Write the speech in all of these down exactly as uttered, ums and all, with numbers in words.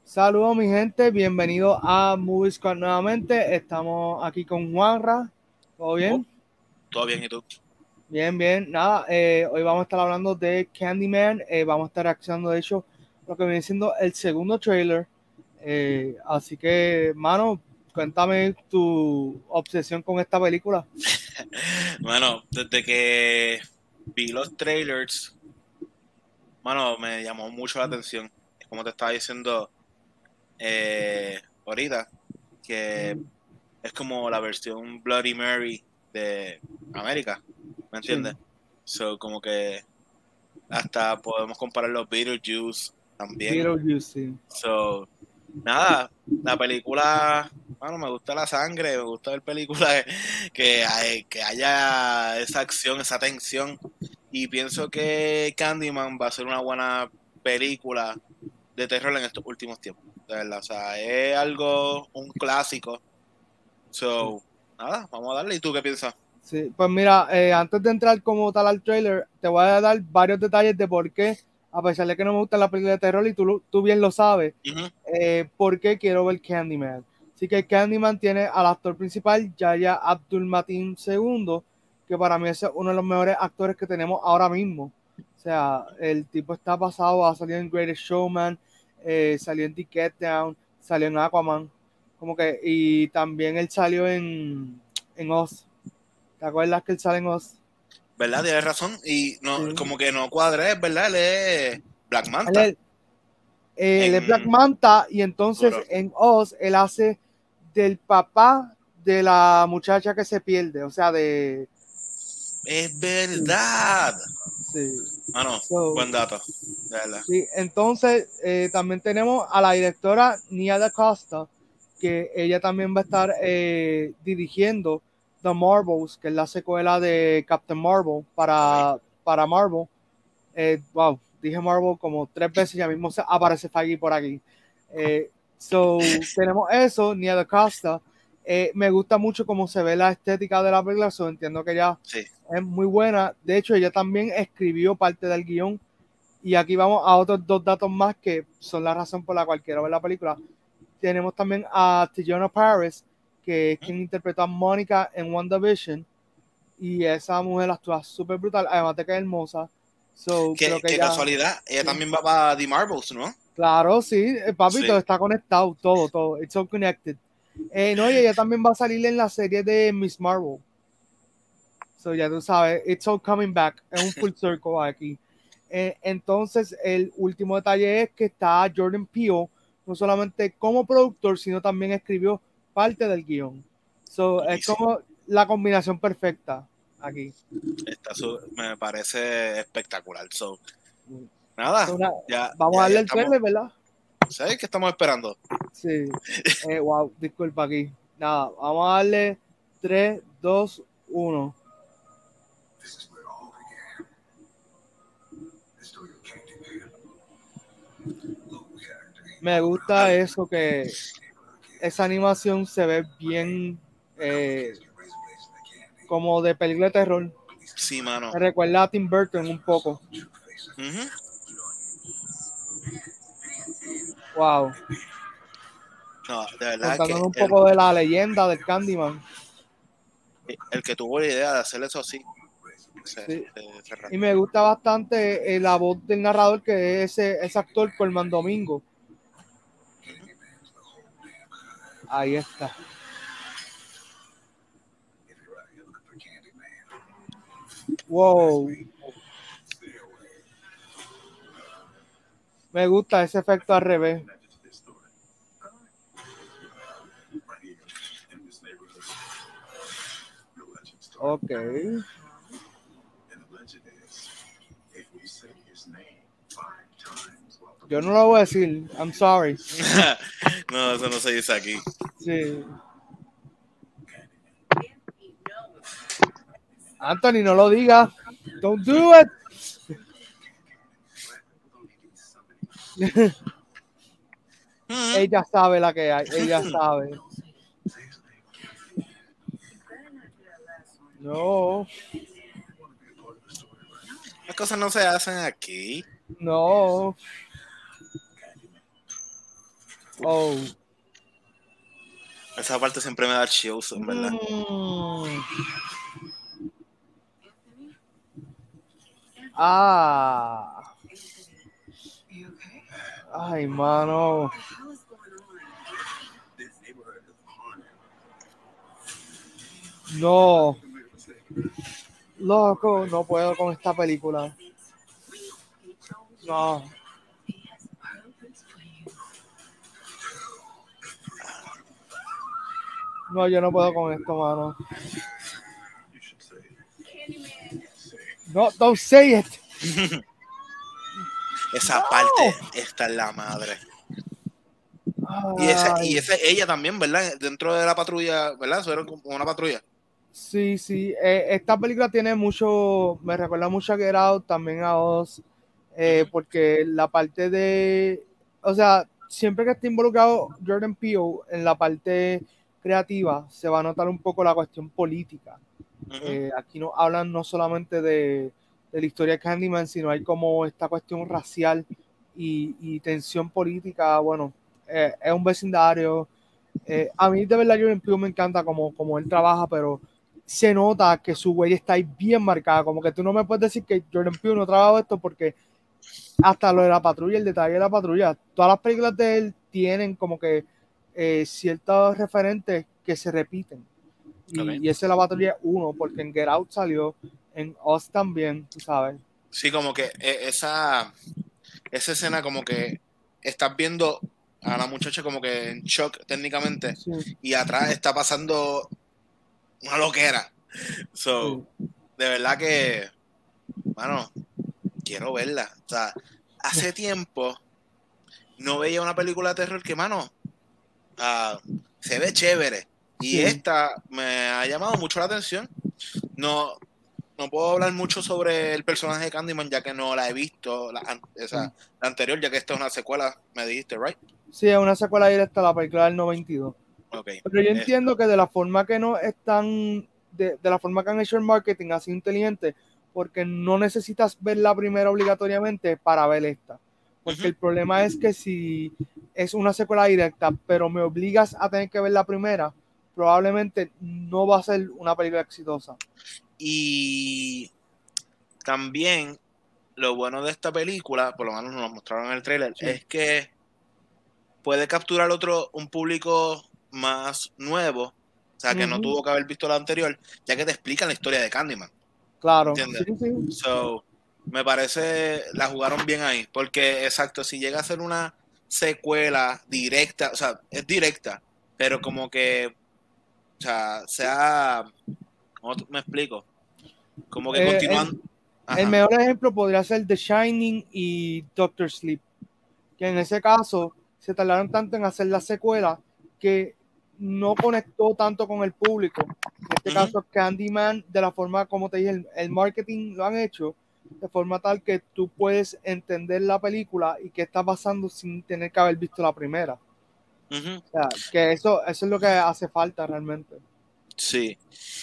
Saludos mi gente, bienvenidos a Movie Squad nuevamente. Estamos aquí con Juanra. ¿Todo Oh, bien? todo bien, ¿y tú? Bien, bien. Nada, eh, hoy vamos a estar hablando de Candyman. Eh, vamos a estar reaccionando, de hecho, lo que viene siendo el segundo trailer. Eh, así que, mano, cuéntame tu obsesión con esta película. Bueno, desde que vi los trailers, mano, me llamó mucho la atención. Como te estaba diciendo eh, ahorita, que es como la versión Bloody Mary de América, ¿me Sí, entiendes? So, como que hasta podemos comparar los Beetlejuice también. Beetlejuice, sí. So, nada, la película, bueno, me gusta la sangre, me gusta ver películas que, hay- que haya esa acción, esa tensión. Y pienso que Candyman va a ser una buena película de terror en estos últimos tiempos. De verdad, o sea, es algo, un clásico. Sí. So, nada, vamos a darle. ¿Y tú qué piensas? Sí, pues mira, eh, antes de entrar como tal al trailer, te voy a dar varios detalles de por qué, a pesar de que no me gusta la película de terror y tú, lo- tú bien lo sabes, Ujú. eh, por qué quiero ver Candyman. Así que Candyman tiene al actor principal, Yahya Abdul-Mateen segundo, que para mí es uno de los mejores actores que tenemos ahora mismo. O sea, el tipo está pasado, ha salido en Greatest Showman, eh, salió en The Get Down, salió en Aquaman, como que, y también él salió en, en Oz. ¿Te acuerdas que él sale en Oz? ¿Verdad? Tienes razón. Y no, Sí. como que no cuadré, ¿verdad? Él es Black Él Manta es, él es Black en Manta y entonces Duro. en Oz él hace del papá de la muchacha que se pierde, o sea, de... Es Sí, verdad. sí. Ah, no, So, buen dato, de verdad. sí. Entonces eh, también tenemos a la directora Nia Da Costa, que ella también va a estar eh, dirigiendo The Marvels, que es la secuela de Captain Marvel Ok. para, para Marvel. Eh, wow, dije Marvel como tres veces y ya mismo se aparece Feige por aquí. Eh, so, tenemos eso, Nia da Costa. Eh, me gusta mucho cómo se ve la estética de la película, so, entiendo que ya Sí. es muy buena. De hecho, ella también escribió parte del guión. Y aquí vamos a otros dos datos más que son la razón por la cual quiero ver la película. Tenemos también a Teyonah Parris, que es ¿Mm? quien interpretó a Mónica en WandaVision. Y esa mujer actúa súper brutal, además de que es hermosa. So, creo Qué, que qué ya, casualidad, ella sí. también va para The Marvels, ¿no? Claro, sí, eh, papi, todo Sí. está conectado, todo, todo, it's all connected. Eh, no, y ella también va a salir en la serie de Miss Marvel. So, ya tú sabes, it's all coming back, es un full circle aquí. Eh, entonces, el último detalle es que está Jordan Peele, no solamente como productor, sino también escribió parte del guión. So, es Durísimo. como la combinación perfecta aquí. Está su- me parece espectacular. So, nada, So, na- ya, vamos a ya, ya darle el estamos. trailer, ¿verdad? ¿Sabes qué estamos esperando? Sí. Eh, wow, disculpa aquí. Nada, vamos a darle tres, dos, uno. Me gusta Dale. eso que esa animación se ve bien eh, como de película de terror. Sí, mano. Me recuerda a Tim Burton un poco. Ujú. Wow. No, de verdad que Contándome un el, poco de la leyenda del Candyman. el que tuvo la idea de hacer eso así, se, Sí. se, se Y rajó. me gusta bastante eh, la voz del narrador, que es ese, ese actor Colman Domingo. Ujú. Ahí está. Wow. Me gusta ese efecto al revés. Ok. Yo no lo voy a decir. I'm sorry. No, eso no se dice aquí. Sí. Anthony, no lo digas. Don't do it. Ujú. Ella sabe la que hay. Ella sabe. No, Las cosas no se hacen aquí. no. Oh. Esa parte siempre me da chills, en verdad. Mm. Ah. Ay, mano. No. Loco, no puedo con esta película. No. No, yo no puedo con esto, mano. No, don't say it. Esa No. parte está en la madre. Y esa, y esa, ella también, ¿verdad? Dentro de la patrulla, ¿verdad? Eso era como una patrulla. Sí, sí. Eh, esta película tiene mucho, me recuerda mucho a Get Out, también a Oz, eh, uh-huh. Porque la parte de, o sea, siempre que esté involucrado Jordan Peele en la parte creativa, se va a notar un poco la cuestión política. Uh-huh. Eh, aquí no hablan no solamente de, de la historia de Candyman, sino hay como esta cuestión racial y, y tensión política. Bueno, eh, es un vecindario. Eh, a mí de verdad Jordan Peele me encanta como, como él trabaja, pero se nota que su huella está ahí bien marcada, como que tú no me puedes decir que Jordan Peele no trabajó esto, porque hasta lo de la patrulla, el detalle de la patrulla, todas las películas de él tienen como que eh, ciertos referentes que se repiten, y, okay. y esa es la patrulla uno, porque en Get Out salió, en Us también, tú sabes. Sí, como que esa, esa escena como que estás viendo a la muchacha como que en shock técnicamente, sí. Y atrás está pasando una loquera. So, sí. De verdad que, bueno, quiero verla. O sea, hace tiempo no veía una película de terror que, mano, uh, se ve chévere. Y sí. Esta me ha llamado mucho la atención. No, no puedo hablar mucho sobre el personaje de Candyman, ya que no la he visto, la, esa, sí. La anterior, ya que esta es una secuela, me dijiste, ¿right? Sí, es una secuela directa a la película del noventa y dos. Okay. Pero yo entiendo que de la forma que no están, de, de la forma que han hecho el marketing así inteligente, porque no necesitas ver la primera obligatoriamente para ver esta. Porque uh-huh. El problema es que si es una secuela directa, pero me obligas a tener que ver la primera, probablemente no va a ser una película exitosa. Y también lo bueno de esta película, por lo menos nos mostraron en el trailer, sí. Es que puede capturar otro, un público más nuevo, o sea, que uh-huh. No tuvo que haber visto la anterior, ya que te explican la historia de Candyman. Claro. ¿Entiendes? Sí, sí. So, me parece, la jugaron bien ahí, porque exacto, si llega a ser una secuela directa, o sea, es directa, pero como que, o sea, sea, ¿cómo me explico? Como que eh, continúan. El, el mejor ejemplo podría ser The Shining y Doctor Sleep, que en ese caso se tardaron tanto en hacer la secuela que no conectó tanto con el público. En este uh-huh. caso, Candyman, de la forma como te dije, el, el marketing lo han hecho de forma tal que tú puedes entender la película y qué está pasando sin tener que haber visto la primera. Uh-huh. O sea, que eso, eso es lo que hace falta realmente. Sí.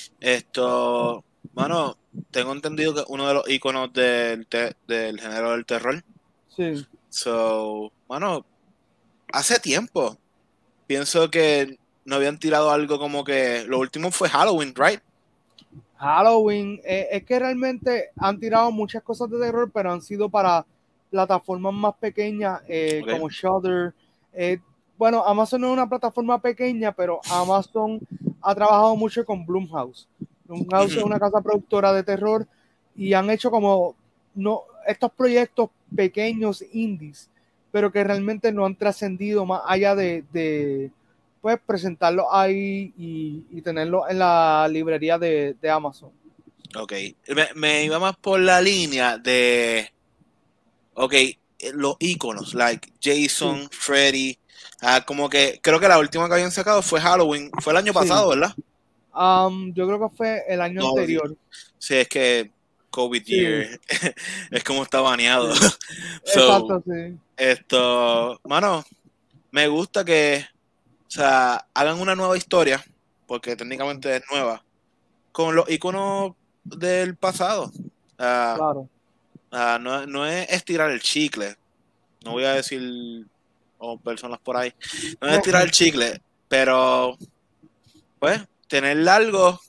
Esto, bueno, tengo entendido que uno de los iconos del, te, del género del terror. Sí. So, bueno, hace tiempo pienso que no habían tirado algo como que lo último fue Halloween, right? Halloween, eh, es que realmente han tirado muchas cosas de terror, pero han sido para plataformas más pequeñas, eh, okay. Como Shudder. Eh, bueno, Amazon no es una plataforma pequeña, pero Amazon ha trabajado mucho con Blumhouse. Blumhouse uh-huh. es una casa productora de terror y han hecho como no estos proyectos pequeños indies, pero que realmente no han trascendido más allá de, de pues presentarlo ahí y, y tenerlo en la librería de, de Amazon. Ok, me, me iba más por la línea de, ok, los iconos, like Jason, sí. Freddy, uh, como que creo que la última que habían sacado fue Halloween, fue el año sí. pasado, ¿verdad? Um, yo creo que fue el año no, anterior. Sí, es que COVID sí. Year es como está baneado. Sí. So, exacto, sí. Esto, mano, me gusta que, o sea, hagan una nueva historia, porque técnicamente es nueva, con los iconos del pasado. Uh, claro. Uh, no, no es estirar el chicle, no voy a decir o personas por ahí. No es tirar el chicle, pero pues tener algo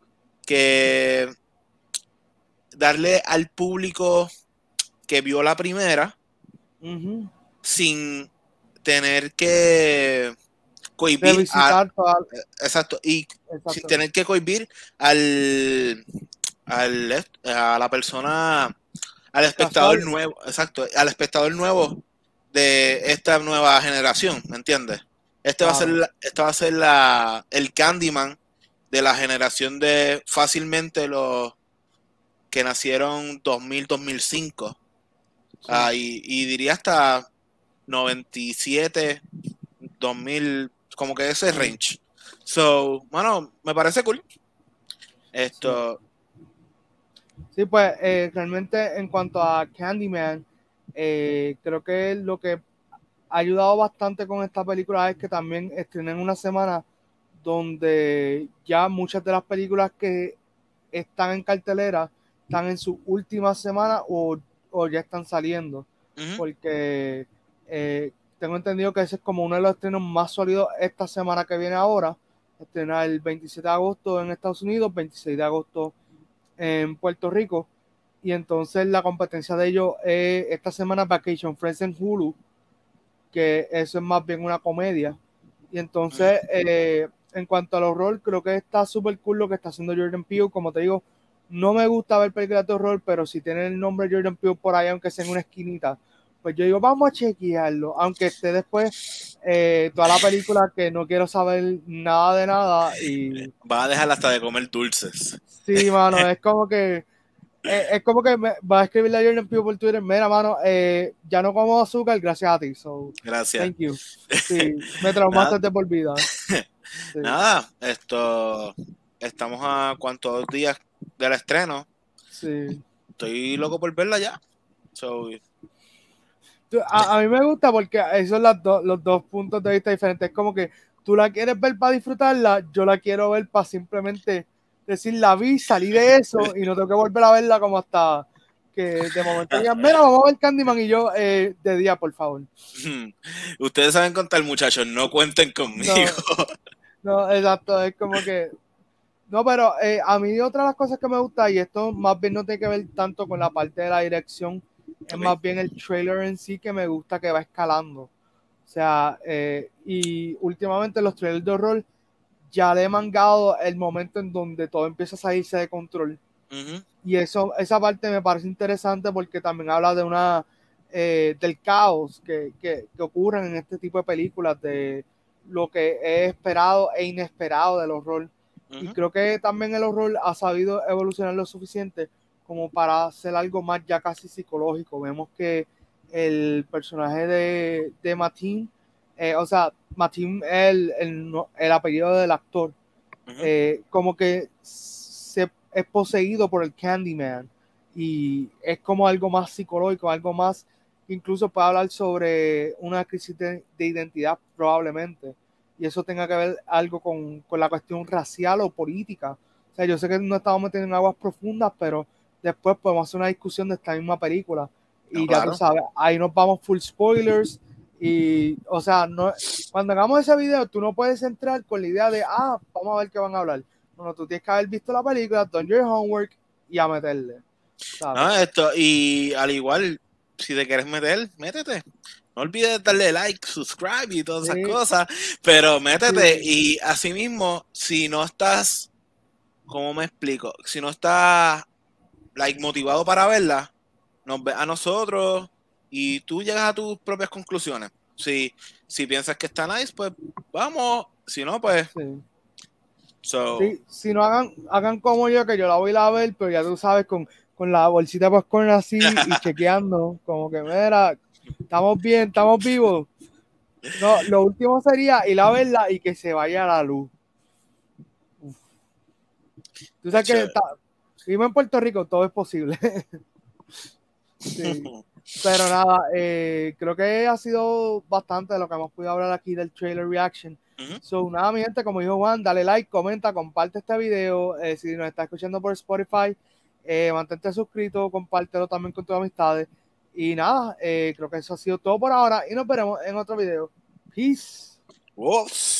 que darle al público que vio la primera Uh-huh. sin tener que cohibir a, Revisitar toda, exacto, y sin exacto, tener que cohibir al, al a la persona, al espectador casual, nuevo, exacto, al espectador nuevo de esta nueva generación, ¿me entiendes? Este va a ser, claro. la, este va a ser la, el Candyman de la generación de fácilmente los que nacieron dos mil, dos mil cinco, Sí. ah, y, y diría hasta noventa y siete, dos mil, como que ese Sí, range. So, bueno, me parece cool. sí. Esto, Sí, pues eh, realmente en cuanto a Candyman, eh, creo que lo que ha ayudado bastante con esta película es que también estrenan una semana donde ya muchas de las películas que están en cartelera están en su última semana o, o ya están saliendo. uh-huh, Porque eh, tengo entendido que ese es como uno de los estrenos más sólidos esta semana que viene ahora. Estrena el veintisiete de agosto en Estados Unidos, veintiséis de agosto en Puerto Rico. Y entonces la competencia de ellos es esta semana Vacation Friends en Hulu, que eso es más bien una comedia. Y entonces, uh-huh. eh, en cuanto al horror, creo que está súper cool lo que está haciendo Jordan Peele. Como te digo, no me gusta ver películas de horror, pero si tiene el nombre de Jordan Peele por ahí, aunque sea en una esquinita, pues yo digo, vamos a chequearlo. Aunque esté después eh, toda la película que no quiero saber nada de nada. Y Va a dejar hasta de comer dulces. sí, mano, es como que eh, es como que me, va a escribirle a Jordan Peele por Twitter, mira, mano, eh, ya no como azúcar gracias a ti, so, Gracias. thank you. Sí, me Nada, traumaste de por vida. Sí, nada, esto, estamos a cuántos días del estreno. sí. Estoy loco por verla ya. So, Tú- A, a mí me gusta porque esos son las do- los dos puntos de vista diferentes. Es como que tú la quieres ver para disfrutarla, yo la quiero ver para simplemente decir la vi, salí de eso y no tengo que volver a verla como hasta que de momento digan, mira, vamos a ver Candyman y yo eh, de día, por favor. ustedes saben contar, muchachos, no cuenten conmigo. No, no, exacto, es como que no, pero eh, a mí otra de las cosas que me gusta, y esto más bien no tiene que ver tanto con la parte de la dirección, es Ok. más bien el trailer en sí que me gusta que va escalando. O sea, eh, y últimamente los trailers de horror ya le he mangado el momento en donde todo empieza a salirse de control. Uh-huh. Y eso, esa parte me parece interesante porque también habla de una eh, del caos que, que, que ocurre en este tipo de películas, de lo que es esperado e inesperado del horror. Y Uh-huh. creo que también el horror ha sabido evolucionar lo suficiente como para hacer algo más ya casi psicológico. Vemos que el personaje de, de Matin, eh, o sea, Matin es el, el, el apellido del actor, Uh-huh. eh, como que se es poseído por el Candyman y es como algo más psicológico, algo más, incluso puede hablar sobre una crisis de, de identidad probablemente, y eso tenga que ver algo con, con la cuestión racial o política. O sea, yo sé que no estamos metiendo en aguas profundas, pero después podemos hacer una discusión de esta misma película No, y ya tú claro. sabes, ahí nos vamos full spoilers y, o sea, no, cuando hagamos ese video, tú no puedes entrar con la idea de, ah, vamos a ver qué van a hablar. Bueno, tú tienes que haber visto la película, done your homework y a meterle, ¿sabes? No, esto, y al igual, si te quieres meter, métete. No olvides darle like, subscribe y todas esas Sí, cosas, pero métete. sí, Y asimismo, si no estás, ¿cómo me explico? Si no estás like, motivado para verla, nos ve a nosotros y tú llegas a tus propias conclusiones. Si, si piensas que está nice, pues vamos. Si no, pues, sí. so, Sí, si no hagan, hagan como yo, que yo la voy a ir a ver, pero ya tú sabes, con, con la bolsita de popcorn así y chequeando, como que, mira, estamos bien, estamos vivos. No, lo último sería ir a verla y que se vaya la luz. Uf. Tú qué sabes que chévere. está, vivimos en Puerto Rico, todo es posible. Sí. Pero nada, eh, creo que ha sido bastante de lo que hemos podido hablar aquí del trailer reaction. Ujú. So, nada, mi gente, como dijo Juan, dale like, comenta, comparte este video. Eh, si nos está escuchando por Spotify, eh, mantente suscrito, compártelo también con tus amistades. Y nada, eh, creo que eso ha sido todo por ahora y nos veremos en otro video. Peace. Wolves.